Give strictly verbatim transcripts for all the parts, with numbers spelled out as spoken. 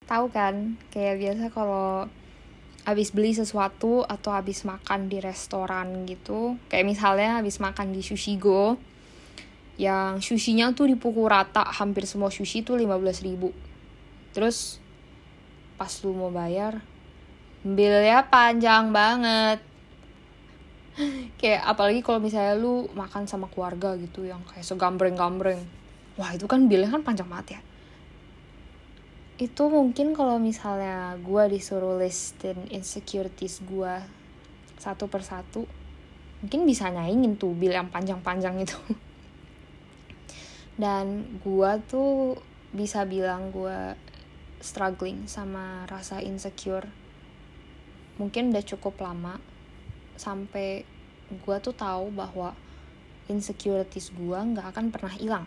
tahu kan, kayak biasa kalau habis beli sesuatu atau habis makan di restoran gitu, kayak misalnya habis makan di Sushi Go, yang sushinya tuh dipukul rata, hampir semua sushi tuh lima belas ribu. Terus pas lu mau bayar, bilnya panjang banget. Kayak apalagi kalau misalnya lu makan sama keluarga gitu, yang kayak segambreng-gambreng. Wah itu kan bilnya kan panjang banget ya. Itu mungkin kalau misalnya gue disuruh listin insecurities gue satu persatu, mungkin bisa nyaingin tuh bil yang panjang-panjang itu. Dan gue tuh bisa bilang gue struggling sama rasa insecure mungkin udah cukup lama, sampai gue tuh tahu bahwa insecurities gue gak akan pernah hilang.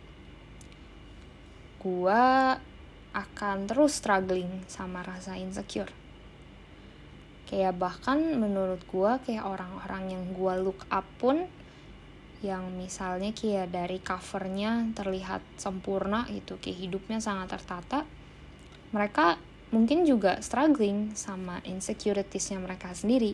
Gue akan terus struggling sama rasa insecure. Kayak bahkan menurut gue kayak orang-orang yang gue look up pun, yang misalnya kayak dari covernya terlihat sempurna gitu, kayak hidupnya sangat tertata, mereka mungkin juga struggling sama insecuritiesnya mereka sendiri.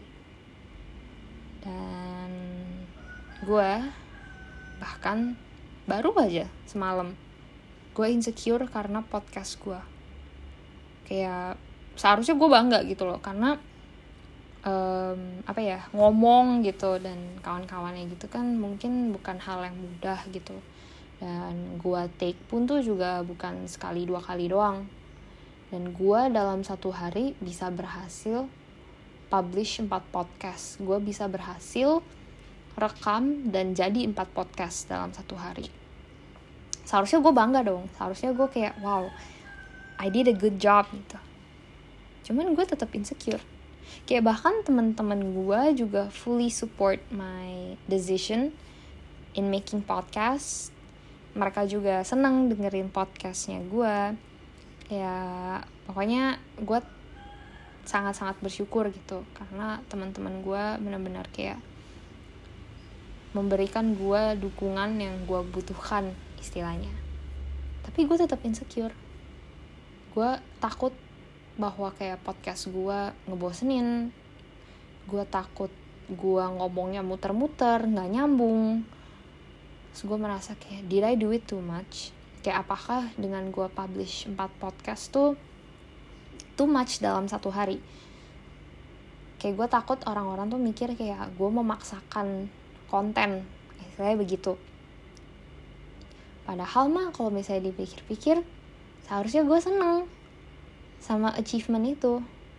Dan gue bahkan baru aja semalam gue insecure karena podcast gue. Kayak seharusnya gue bangga gitu loh, karena um, apa ya ngomong gitu dan kawan-kawannya gitu kan mungkin bukan hal yang mudah gitu. Dan gue take pun tuh juga bukan sekali dua kali doang. Dan gue dalam satu hari bisa berhasil publish empat podcast. Gue bisa berhasil rekam dan jadi empat podcast dalam satu hari. Seharusnya gue bangga dong, seharusnya gue kayak wow, I did a good job gitu. Cuman gue tetap insecure. Kayak bahkan teman-teman gue juga fully support my decision in making podcast. Mereka juga senang dengerin podcastnya gue. Ya pokoknya gue sangat-sangat bersyukur gitu, karena teman-teman gue benar-benar kayak memberikan gue dukungan yang gue butuhkan istilahnya. Tapi gue tetap insecure. Gue takut bahwa kayak podcast gue ngebosenin. Gue takut gue ngomongnya muter-muter, gak nyambung. Terus gue merasa kayak, did I do it too much? Kayak apakah dengan gue publish empat podcast tuh too much dalam satu hari? Kayak gue takut orang-orang tuh mikir kayak gue memaksakan konten, istilahnya begitu. Padahal mah kalau misalnya dipikir-pikir, seharusnya gue seneng sama achievement itu.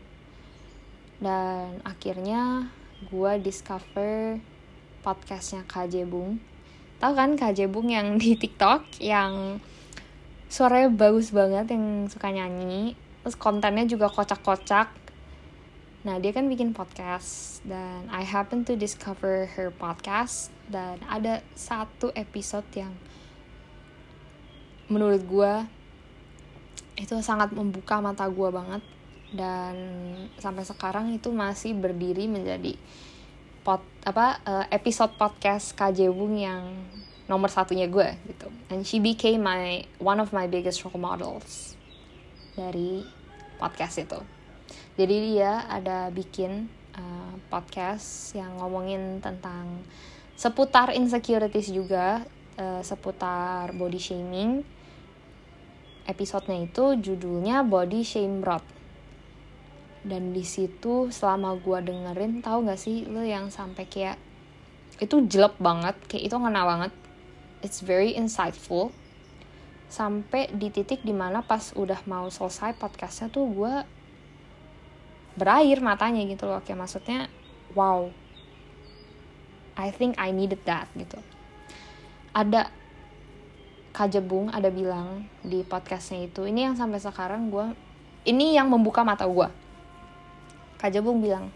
Dan akhirnya gue discover podcastnya Kak Jebung. Tahu kan Kak Jebung yang di TikTok, yang suaranya bagus banget, yang suka nyanyi, terus kontennya juga kocak-kocak. Nah dia kan bikin podcast, dan I happen to discover her podcast. Dan ada satu episode yang menurut gue itu sangat membuka mata gue banget, dan sampai sekarang itu masih berdiri menjadi pot apa uh, episode podcast Kak Jebung yang nomor satunya gue gitu. And she became my one of my biggest role models dari podcast itu. Jadi dia ada bikin uh, podcast yang ngomongin tentang seputar insecurities juga, uh, seputar body shaming. Episodenya itu judulnya Body Shame Rot. Dan di situ selama gue dengerin, tahu gak sih lo yang sampai kayak itu jelek banget, kayak itu ngena banget. It's very insightful. Sampai di titik dimana pas udah mau selesai podcastnya tuh gue berair matanya gitu loh. Kayak maksudnya wow, I think I needed that gitu. Ada Kak Jebung ada bilang di podcastnya itu, ini yang sampai sekarang gue, ini yang membuka mata gue. Kak Jebung bilang,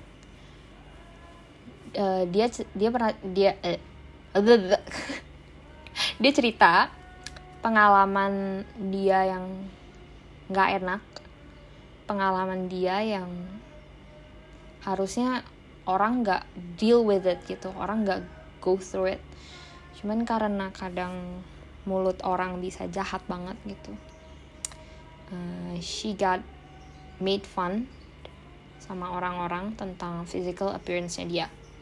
uh, dia dia pernah dia eh, dia cerita pengalaman dia yang nggak enak, pengalaman dia yang harusnya orang nggak deal with it gitu, orang nggak go through it. Cuman karena kadang mulut orang bisa jahat banget gitu, uh, she got made fun sama orang-orang tentang physical appearance-nya dia.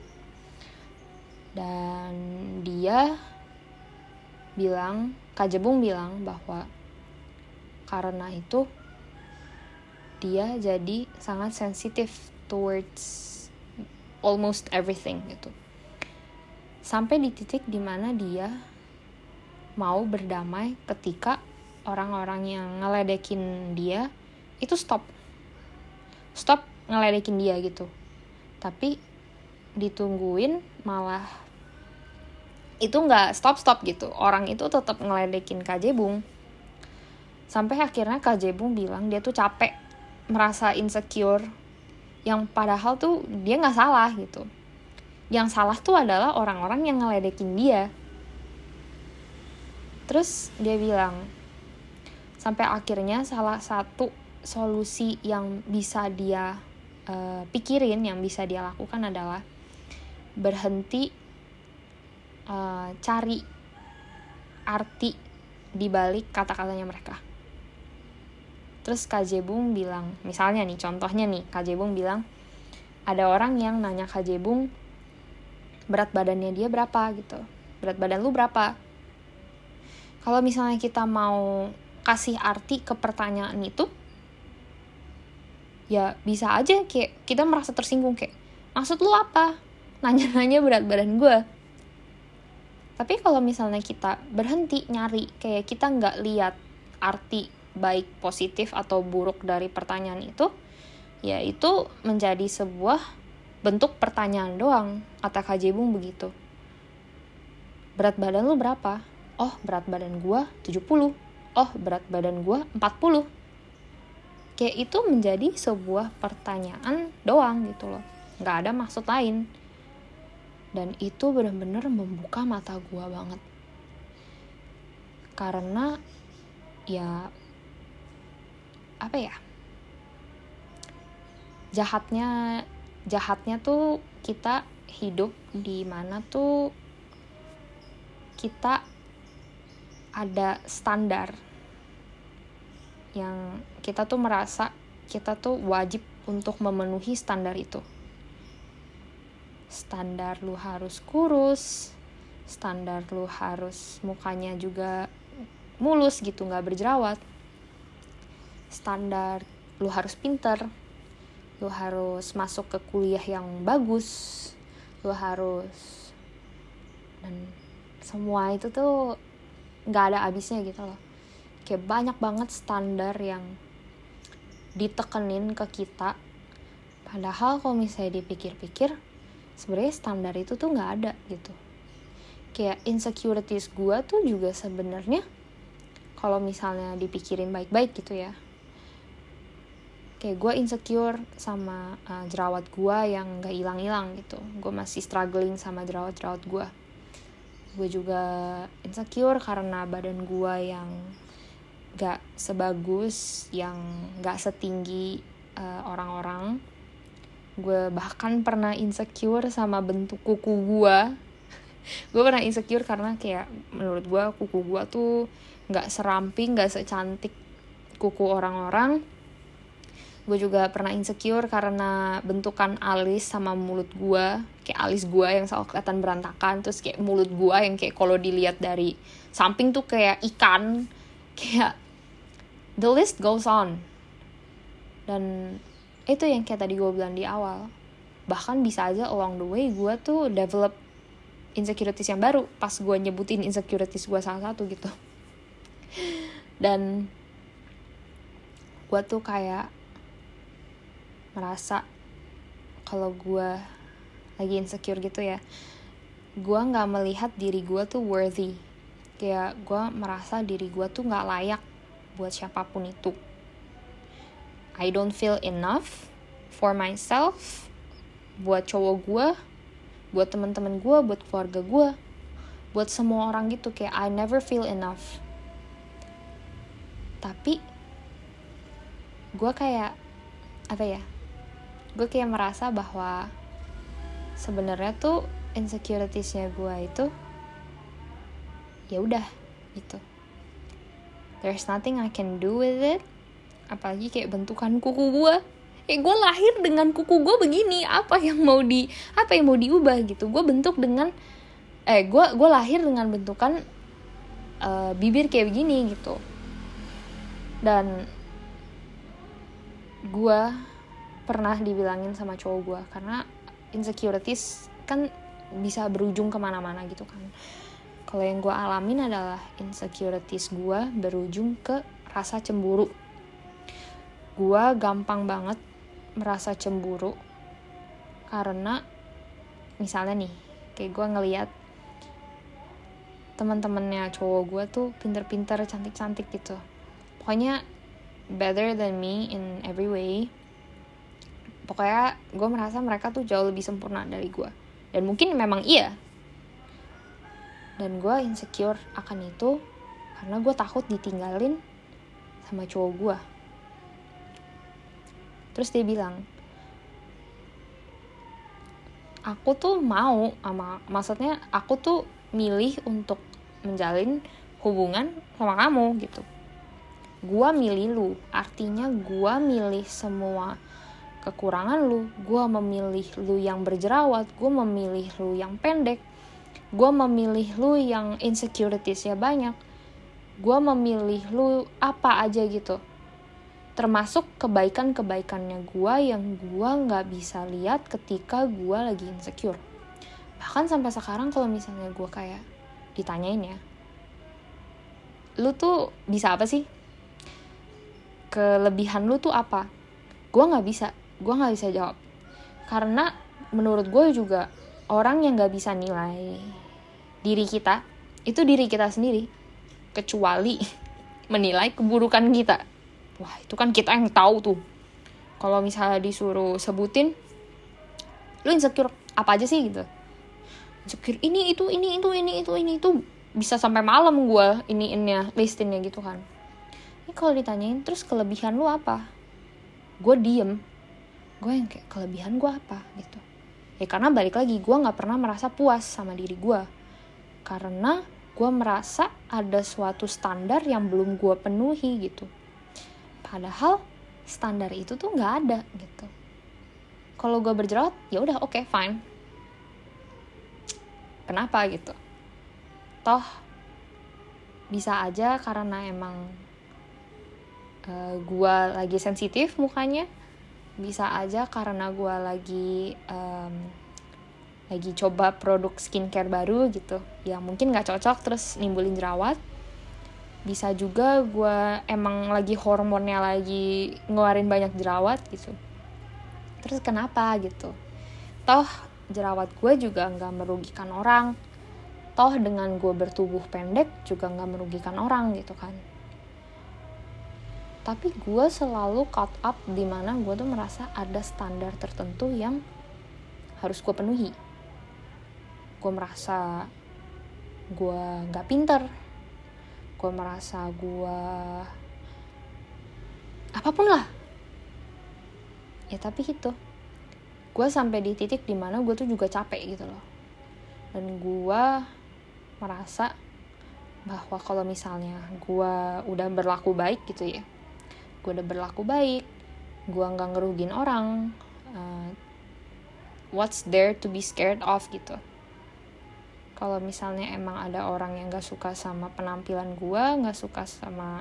Dan dia bilang, Kak Jebung bilang bahwa karena itu dia jadi sangat sensitif towards almost everything gitu. Sampai di titik dimana dia mau berdamai ketika orang-orang yang ngeledekin dia itu stop. Stop ngeledekin dia gitu. Tapi ditungguin malah itu gak stop-stop gitu. Orang itu tetap ngeledekin Kak Jebung. Sampai akhirnya Kak Jebung bilang dia tuh capek, merasa insecure. Yang padahal tuh dia gak salah gitu. Yang salah tuh adalah orang-orang yang ngeledekin dia. Terus dia bilang, sampai akhirnya salah satu solusi yang bisa dia uh, pikirin, yang bisa dia lakukan adalah berhenti Uh, cari arti di balik kata-katanya mereka. Terus Kak Jebung bilang, misalnya nih, contohnya nih, Kak Jebung bilang, ada orang yang nanya Kak Jebung, berat badannya dia berapa gitu. Berat badan lu berapa? Kalau misalnya kita mau kasih arti ke pertanyaan itu, ya bisa aja kayak kita merasa tersinggung kayak, maksud lu apa? Nanya-nanya berat badan gue. Tapi kalau misalnya kita berhenti nyari, kayak kita nggak lihat arti baik positif atau buruk dari pertanyaan itu, ya itu menjadi sebuah bentuk pertanyaan doang, kata Kak Jebung begitu. Berat badan lu berapa? Oh, berat badan gua tujuh puluh. Oh, berat badan gua empat puluh. Kayak itu menjadi sebuah pertanyaan doang gitu loh. Nggak ada maksud lain. Dan itu benar-benar membuka mata gue banget. Karena ya apa ya? Jahatnya jahatnya tuh kita hidup di mana tuh kita ada standar yang kita tuh merasa kita tuh wajib untuk memenuhi standar itu. Standar lu harus kurus, standar lu harus mukanya juga mulus gitu, gak berjerawat, standar lu harus pinter, lu harus masuk ke kuliah yang bagus, lu harus, dan semua itu tuh gak ada habisnya gitu loh. Kayak banyak banget standar yang ditekenin ke kita, padahal kalau misalnya dipikir-pikir sebenarnya standar itu tuh nggak ada gitu. Kayak insecurities gue tuh juga sebenarnya kalau misalnya dipikirin baik-baik gitu ya, kayak gue insecure sama uh, jerawat gue yang nggak hilang-hilang gitu. Gue masih struggling sama jerawat-jerawat gue. Gue juga insecure karena badan gue yang nggak sebagus, yang nggak setinggi uh, orang-orang. Gue bahkan pernah insecure sama bentuk kuku gue. Gue pernah insecure karena kayak menurut gue kuku gue tuh gak seramping, gak secantik kuku orang-orang. Gue juga pernah insecure karena bentukan alis sama mulut gue. Kayak alis gue yang selalu kelihatan berantakan, terus kayak mulut gue yang kayak kalau dilihat dari samping tuh kayak ikan. Kayak the list goes on. Dan itu yang kayak tadi gue bilang di awal. Bahkan bisa aja along the way gue tuh develop insecurities yang baru pas gue nyebutin insecurities gue salah satu gitu. Dan gue tuh kayak merasa kalau gue lagi insecure gitu ya, gue gak melihat diri gue tuh worthy. Kayak gue merasa diri gue tuh gak layak buat siapapun itu. I don't feel enough for myself, buat cowok gue, buat teman-teman gue, buat keluarga gue, buat semua orang gitu. Kayak I never feel enough. Tapi gue kayak apa ya? Gue kayak merasa bahwa sebenarnya tuh insecuritiesnya gue itu ya udah gitu. There's nothing I can do with it. apalagi kayak bentukan kuku gue. Kayak gue lahir dengan kuku gue begini, apa yang mau di apa yang mau diubah gitu. Gue bentuk dengan eh gue gue lahir dengan bentukan uh, bibir kayak begini gitu. Dan gue pernah dibilangin sama cowok gue, karena insecurities kan bisa berujung kemana-mana gitu kan. Kalau yang gue alamin adalah insecurities gue berujung ke rasa cemburu. Gue gampang banget merasa cemburu karena misalnya nih, kayak gue ngelihat teman-temannya cowok gue tuh pinter-pinter, cantik-cantik gitu. Pokoknya better than me in every way. Pokoknya gue merasa mereka tuh jauh lebih sempurna dari gue. Dan mungkin memang iya. Dan gue insecure akan itu karena gue takut ditinggalin sama cowok gue. Terus dia bilang, aku tuh mau sama, maksudnya aku tuh milih untuk menjalin hubungan sama kamu gitu. Gue milih lu, artinya gue milih semua kekurangan lu. Gue memilih lu yang berjerawat, gue memilih lu yang pendek, gue memilih lu yang insecuritiesnya banyak, gue memilih lu apa aja gitu, termasuk kebaikan-kebaikannya gue yang gue gak bisa lihat ketika gue lagi insecure. Bahkan sampai sekarang kalau misalnya gue kayak ditanyain ya, lu tuh bisa apa sih? Kelebihan lu tuh apa? Gue gak bisa, gue gak bisa jawab. Karena menurut gue juga orang yang gak bisa nilai diri kita, itu diri kita sendiri. Kecuali menilai keburukan kita. Wah, itu kan kita yang tahu tuh. Kalau misalnya disuruh sebutin, lu insecure apa aja sih gitu. Insecure ini, itu, ini, itu, ini, itu, ini, itu. Bisa sampai malam gue iniinnya, listinnya gitu kan. Ini kalau ditanyain, terus kelebihan lu apa? Gue diem. Gue yang kayak, kelebihan gue apa gitu. Ya karena balik lagi, gue gak pernah merasa puas sama diri gue. Karena gue merasa ada suatu standar yang belum gue penuhi gitu. Padahal standar itu tuh nggak ada gitu. Kalau gue berjerawat, ya udah oke okay, fine. Kenapa gitu? Toh bisa aja karena emang uh, gue lagi sensitif mukanya. Bisa aja karena gue lagi um, lagi coba produk skincare baru gitu, yang mungkin nggak cocok terus nimbulin jerawat. Bisa juga gue emang lagi hormonnya lagi ngeluarin banyak jerawat gitu. Terus kenapa gitu? Toh jerawat gue juga gak merugikan orang. Toh dengan gue bertubuh pendek juga gak merugikan orang gitu kan. Tapi gue selalu caught up dimana gue tuh merasa ada standar tertentu yang harus gue penuhi. Gue merasa gue gak pinter. Gue merasa gue apapun lah ya, tapi itu gue sampai di titik dimana gue tuh juga capek gitu loh. Dan gue merasa bahwa kalau misalnya gue udah berlaku baik gitu ya, gue udah berlaku baik, gue gak ngerugin orang, uh, what's there to be scared of gitu. Kalau misalnya emang ada orang yang gak suka sama penampilan gue, gak suka sama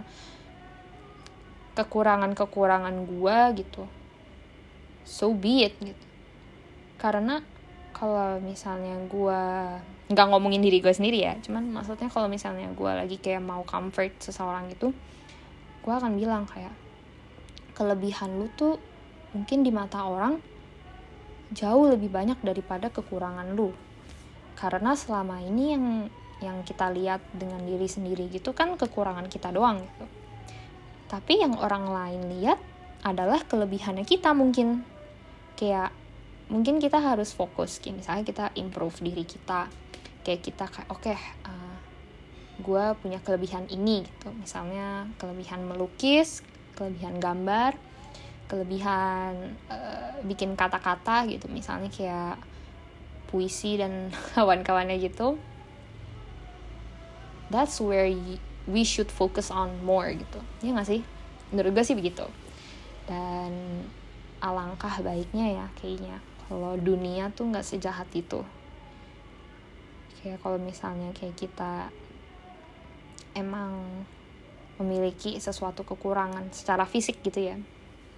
kekurangan-kekurangan gue gitu, so be it gitu. Karena kalau misalnya gue gak ngomongin diri gue sendiri ya, cuman maksudnya kalau misalnya gue lagi kayak mau comfort seseorang gitu, gue akan bilang kayak, kelebihan lu tuh mungkin di mata orang jauh lebih banyak daripada kekurangan lu. Karena selama ini yang yang kita lihat dengan diri sendiri gitu kan kekurangan kita doang gitu. Tapi yang orang lain lihat adalah kelebihannya kita mungkin. Kayak mungkin kita harus fokus, kayak misalnya kita improve diri kita. Kayak kita kayak oke, okay, uh, gue punya kelebihan ini gitu. Misalnya kelebihan melukis, kelebihan gambar, kelebihan uh, bikin kata-kata gitu. Misalnya kayak puisi dan kawan-kawannya gitu. That's where we should focus on more gitu. Ya gak sih? Menurut gue sih begitu. Dan alangkah baiknya ya kayaknya kalau dunia tuh nggak sejahat itu. Kayak kalau misalnya kayak kita emang memiliki sesuatu kekurangan secara fisik gitu ya,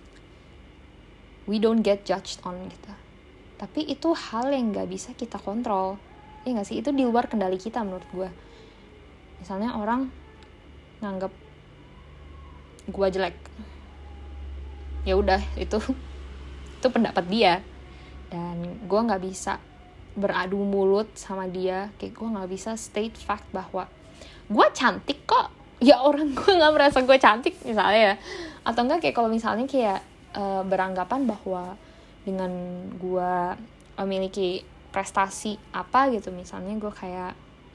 we don't get judged on gitu. Tapi itu hal yang nggak bisa kita kontrol, ya nggak sih? Itu di luar kendali kita menurut gue. Misalnya orang nganggep gue jelek, ya udah itu itu pendapat dia, dan gue nggak bisa beradu mulut sama dia. Kayak gue nggak bisa state fact bahwa gue cantik kok, ya orang gue nggak merasa gue cantik misalnya ya. Atau enggak kayak kalau misalnya kayak uh, beranggapan bahwa dengan gue memiliki prestasi apa gitu, misalnya gue kayak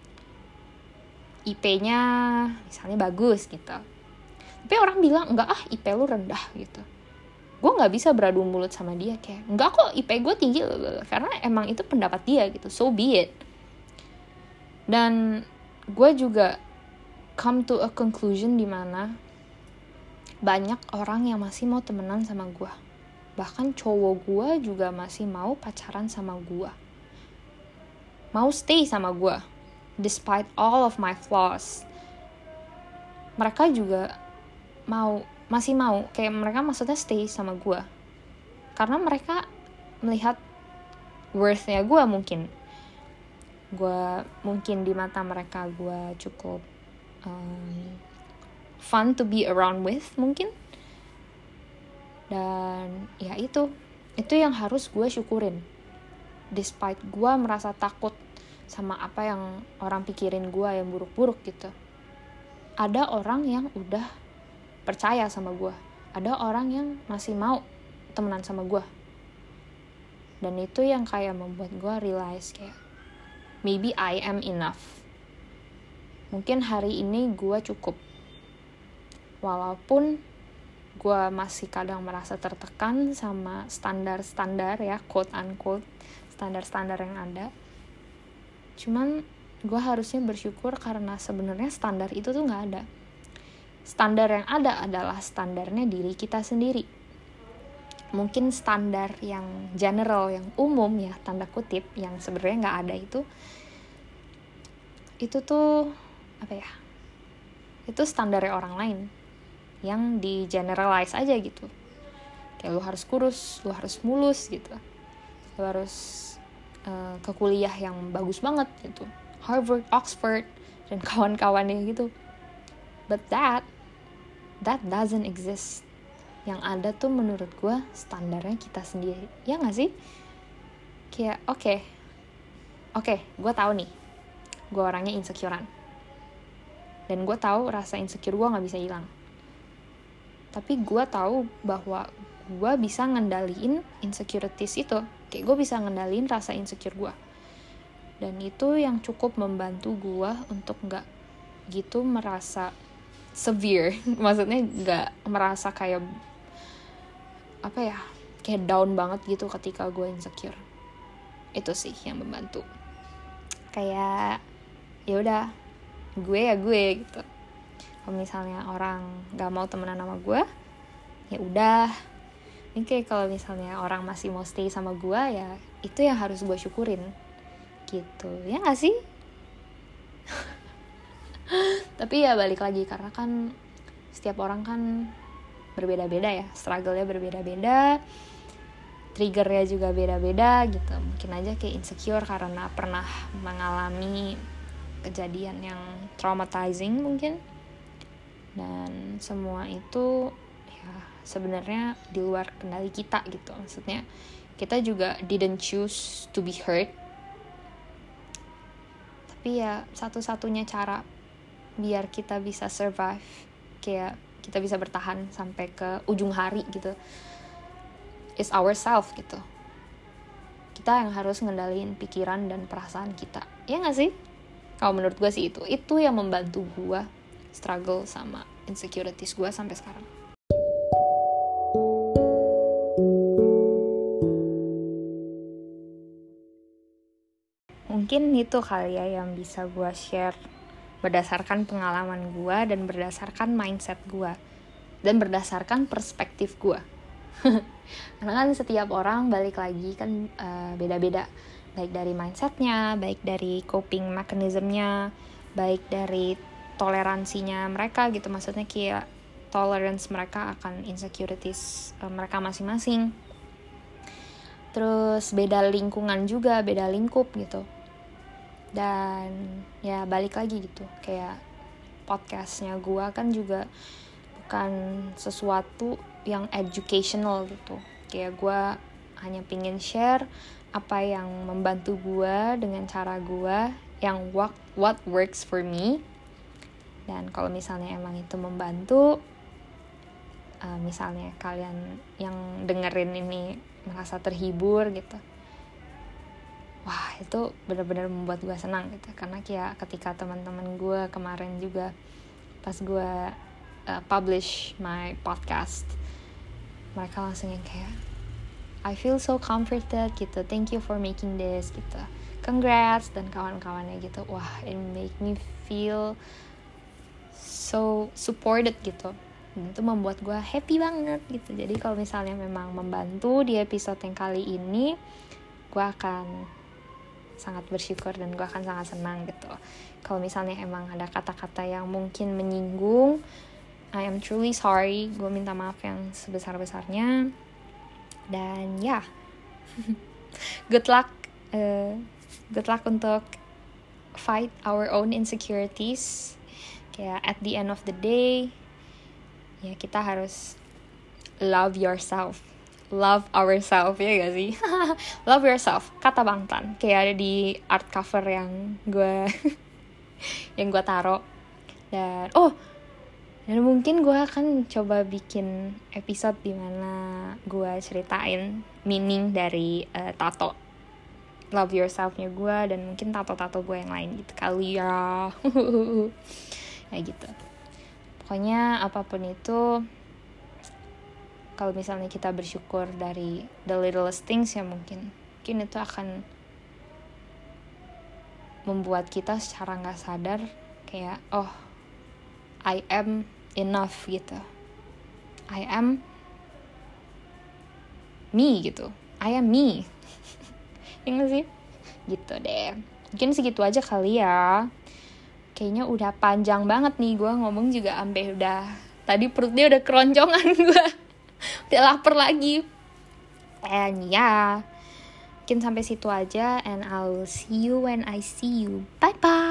I P-nya misalnya bagus gitu, tapi orang bilang enggak ah I P lu rendah gitu, gue nggak bisa beradu mulut sama dia kayak enggak kok I P gue tinggi loh, karena emang itu pendapat dia gitu, so be it. Dan gue juga come to a conclusion di mana banyak orang yang masih mau temenan sama gue, bahkan cowok gue juga masih mau pacaran sama gue, mau stay sama gue despite all of my flaws. Mereka juga mau, masih mau, kayak mereka maksudnya stay sama gue karena mereka melihat worth-nya gue. Mungkin gue, mungkin di mata mereka gue cukup um, fun to be around with mungkin. Dan ya itu itu yang harus gue syukurin, despite gue merasa takut sama apa yang orang pikirin gue yang buruk-buruk gitu. Ada orang yang udah percaya sama gue, ada orang yang masih mau temenan sama gue. Dan itu yang kayak membuat gue realize kayak maybe I am enough. Mungkin hari ini gue cukup, walaupun gue masih kadang merasa tertekan sama standar-standar ya, quote unquote standar-standar yang ada. Cuman gue harusnya bersyukur karena sebenarnya standar itu tuh gak ada. Standar yang ada adalah standarnya diri kita sendiri. Mungkin standar yang general, yang umum ya, tanda kutip, yang sebenarnya gak ada itu, itu tuh apa ya, itu standarnya orang lain yang di generalize aja gitu. Kayak lu harus kurus, lu harus mulus gitu, lu harus uh, ke kuliah yang bagus banget gitu, Harvard, Oxford, dan kawan-kawannya gitu. But that that doesn't exist. Yang ada tuh menurut gue standarnya kita sendiri, ya nggak sih? Kayak oke okay, oke okay, gue tahu nih gue orangnya insecurean, dan gue tahu rasa insecure gue nggak bisa hilang. Tapi gue tahu bahwa gue bisa ngendaliin insecurities itu. Kayak gue bisa ngendaliin rasa insecure gue. Dan itu yang cukup membantu gue untuk gak gitu merasa severe. Maksudnya gak merasa kayak apa ya, kayak down banget gitu ketika gue insecure. Itu sih yang membantu. Kayak ya udah, gue ya gue gitu. Kalau misalnya orang gak mau temenan sama gue, ya udah. Ini kayak kalau misalnya orang masih mau stay sama gue, ya itu yang harus gue syukurin gitu, ya gak sih? Tapi ya balik lagi, karena kan setiap orang kan berbeda-beda ya, struggle-nya berbeda-beda, trigger-nya juga beda-beda gitu. Mungkin aja kayak insecure karena pernah mengalami kejadian yang traumatizing mungkin. Dan semua itu ya sebenarnya di luar kendali kita gitu. Maksudnya kita juga didn't choose to be hurt. Tapi ya satu-satunya cara biar kita bisa survive, kayak kita bisa bertahan sampai ke ujung hari gitu, is ourselves gitu. Kita yang harus ngendaliin pikiran dan perasaan kita, ya gak sih? Kalau menurut gue sih itu Itu yang membantu gue struggle sama insecurities gue sampai sekarang. Mungkin itu kali ya yang bisa gue share berdasarkan pengalaman gue dan berdasarkan mindset gue. dan berdasarkan perspektif gue. Karena kan setiap orang balik lagi kan uh, beda-beda, baik dari mindsetnya, baik dari coping mechanismnya, baik dari toleransinya mereka gitu, maksudnya kayak tolerance mereka akan insecurities uh, mereka masing-masing. Terus beda lingkungan juga, beda lingkup gitu. Dan ya balik lagi gitu, kayak podcastnya gue kan juga bukan sesuatu yang educational gitu. Kayak gue hanya pingin share apa yang membantu gue dengan cara gue, yang what, what works for me. Dan kalau misalnya emang itu membantu, uh, misalnya kalian yang dengerin ini merasa terhibur gitu, wah itu benar-benar membuat gue senang gitu. Karena kayak ketika teman-teman gue kemarin juga pas gue uh, publish my podcast, mereka langsung yang kayak I feel so comforted gitu, thank you for making this gitu, congrats dan kawan-kawannya gitu. Wah, it make me feel so supported gitu. Dan itu membuat gue happy banget gitu. Jadi kalau misalnya memang membantu di episode yang kali ini, gue akan sangat bersyukur dan gue akan sangat senang gitu. Kalau misalnya emang ada kata-kata yang mungkin menyinggung, I am truly sorry. Gue minta maaf yang sebesar-besarnya. Dan ya, yeah. good luck, uh, good luck untuk fight our own insecurities. Kayak at the end of the day, ya kita harus love yourself, love ourselves, ya gak sih? Love yourself, kata Bang Tan, kayak ada di art cover yang gue yang gue taro. Dan oh, dan mungkin gue akan coba bikin episode dimana gue ceritain meaning dari uh, tato love yourself-nya gue, dan mungkin tato-tato gue yang lain gitu kali ya. Kayak gitu. Pokoknya apapun itu, kalau misalnya kita bersyukur dari the littlest things ya mungkin mungkin itu akan membuat kita secara gak sadar kayak oh, I am enough gitu, I am me gitu, I am me. Ingat sih gitu deh. Mungkin segitu aja kali ya. Kayaknya udah panjang banget nih gue ngomong juga, sampai udah tadi perutnya udah keroncongan gue. Udah lapar lagi. And yeah, mungkin sampai situ aja, and I will see you when I see you. Bye bye.